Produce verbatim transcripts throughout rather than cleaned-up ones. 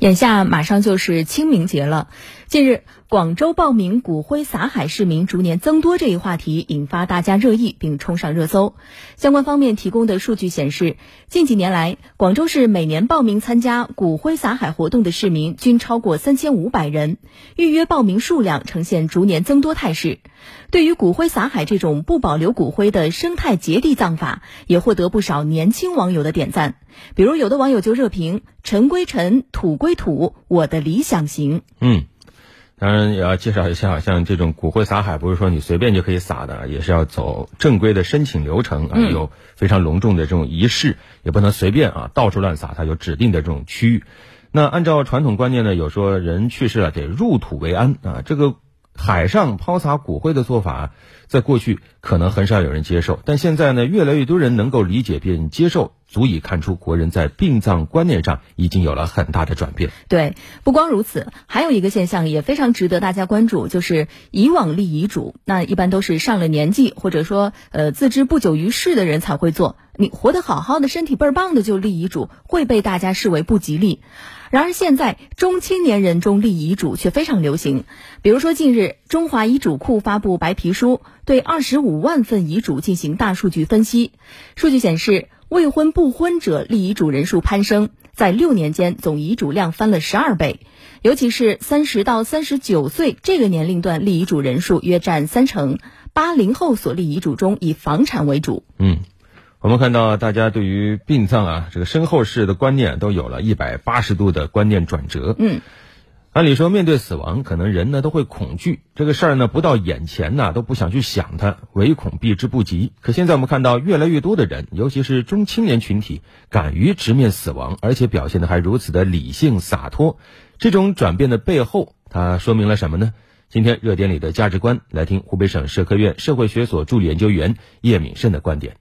眼下马上就是清明节了。近日，广州报名骨灰撒海市民逐年增多这一话题引发大家热议，并冲上热搜。相关方面提供的数据显示，近几年来，广州市每年报名参加骨灰撒海活动的市民均超过三千五百人，预约报名数量呈现逐年增多态势。对于骨灰撒海这种不保留骨灰的生态结地葬法，也获得不少年轻网友的点赞。比如有的网友就热评：尘归尘，土归土，我的理想型。 嗯，当然也要介绍一下，像这种骨灰撒海不是说你随便就可以撒的，也是要走正规的申请流程啊， 嗯、 有非常隆重的这种仪式，也不能随便啊到处乱撒，它有指定的这种区域。那按照传统观念呢，有说人去世了得入土为安啊，这个海上抛洒骨灰的做法，在过去可能很少有人接受，但现在呢，越来越多人能够理解并接受，足以看出国人在殡葬观念上已经有了很大的转变。 对，不光如此，还有一个现象也非常值得大家关注，就是以往立遗嘱，那一般都是上了年纪或者说呃自知不久于世的人才会做，你活得好好的，身体倍儿棒的就立遗嘱，会被大家视为不吉利。然而现在中青年人中立遗嘱却非常流行，比如说近日中华遗嘱库发布白皮书，对二十五万份遗嘱进行大数据分析。数据显示，未婚不婚者立遗嘱人数攀升，在六年间总遗嘱量翻了十二倍，尤其是三十到三十九岁这个年龄段立遗嘱人数约占三成，八零后所立遗嘱中以房产为主。 嗯。我们看到大家对于殡葬啊这个身后事的观念都有了一百八十度的观念转折。 嗯， 按理说面对死亡，可能人呢都会恐惧，这个事儿呢不到眼前呢都不想去想它，唯恐避之不及。可现在我们看到越来越多的人，尤其是中青年群体，敢于直面死亡，而且表现得还如此的理性洒脱。这种转变的背后，它说明了什么呢？今天热点里的价值观，来听湖北省社科院社会学所助理研究员叶敏胜的观点。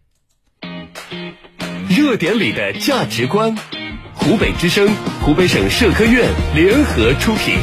热点里的价值观，湖北之声、湖北省社科院联合出品。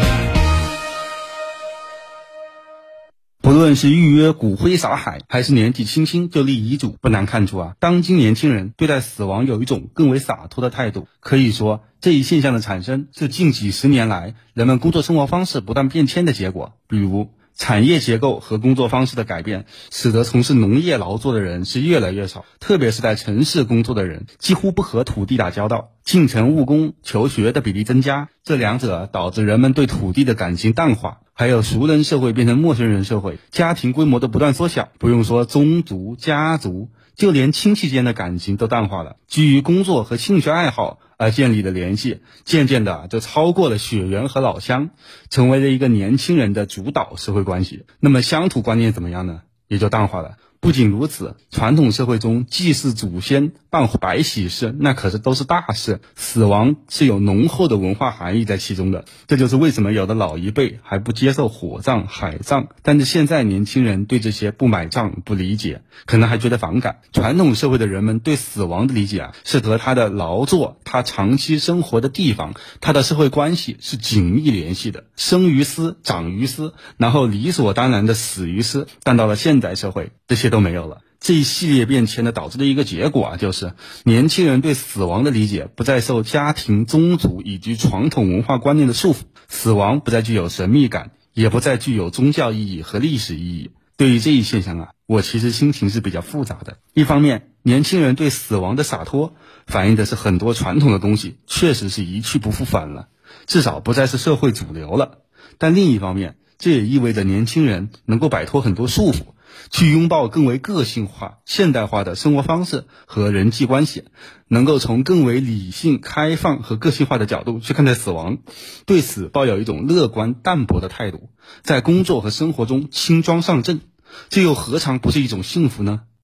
不论是预约骨灰撒海，还是年纪轻轻就立遗嘱，不难看出啊，当今年轻人对待死亡有一种更为洒脱的态度。可以说，这一现象的产生是近几十年来人们工作生活方式不断变迁的结果。比如产业结构和工作方式的改变，使得从事农业劳作的人是越来越少，特别是在城市工作的人几乎不和土地打交道，进城务工、求学的比例增加，这两者导致人们对土地的感情淡化，还有熟人社会变成陌生人社会，家庭规模的不断缩小，不用说宗族、家族，就连亲戚间的感情都淡化了，基于工作和兴趣爱好而建立的联系，渐渐的就超过了血缘和老乡，成为了一个年轻人的主导社会关系。那么乡土观念怎么样呢？也就淡化了。不仅如此，传统社会中祭祀祖先、办白喜事，那可是都是大事，死亡是有浓厚的文化含义在其中的。这就是为什么有的老一辈还不接受火葬、海葬，但是现在年轻人对这些不买账、不理解，可能还觉得反感。传统社会的人们对死亡的理解啊，是和他的劳作、他长期生活的地方、他的社会关系是紧密联系的，生于斯，长于斯，然后理所当然的死于斯。但到了现代社会，这些都没有了。这一系列变迁的导致的一个结果啊，就是年轻人对死亡的理解不再受家庭、宗族以及传统文化观念的束缚，死亡不再具有神秘感，也不再具有宗教意义和历史意义。对于这一现象啊，我其实心情是比较复杂的。一方面，年轻人对死亡的洒脱，反映的是很多传统的东西确实是一去不复返了，至少不再是社会主流了。但另一方面，这也意味着年轻人能够摆脱很多束缚，去拥抱更为个性化、现代化的生活方式和人际关系，能够从更为理性、开放和个性化的角度去看待死亡，对死抱有一种乐观淡泊的态度，在工作和生活中轻装上阵，这又何尝不是一种幸福呢？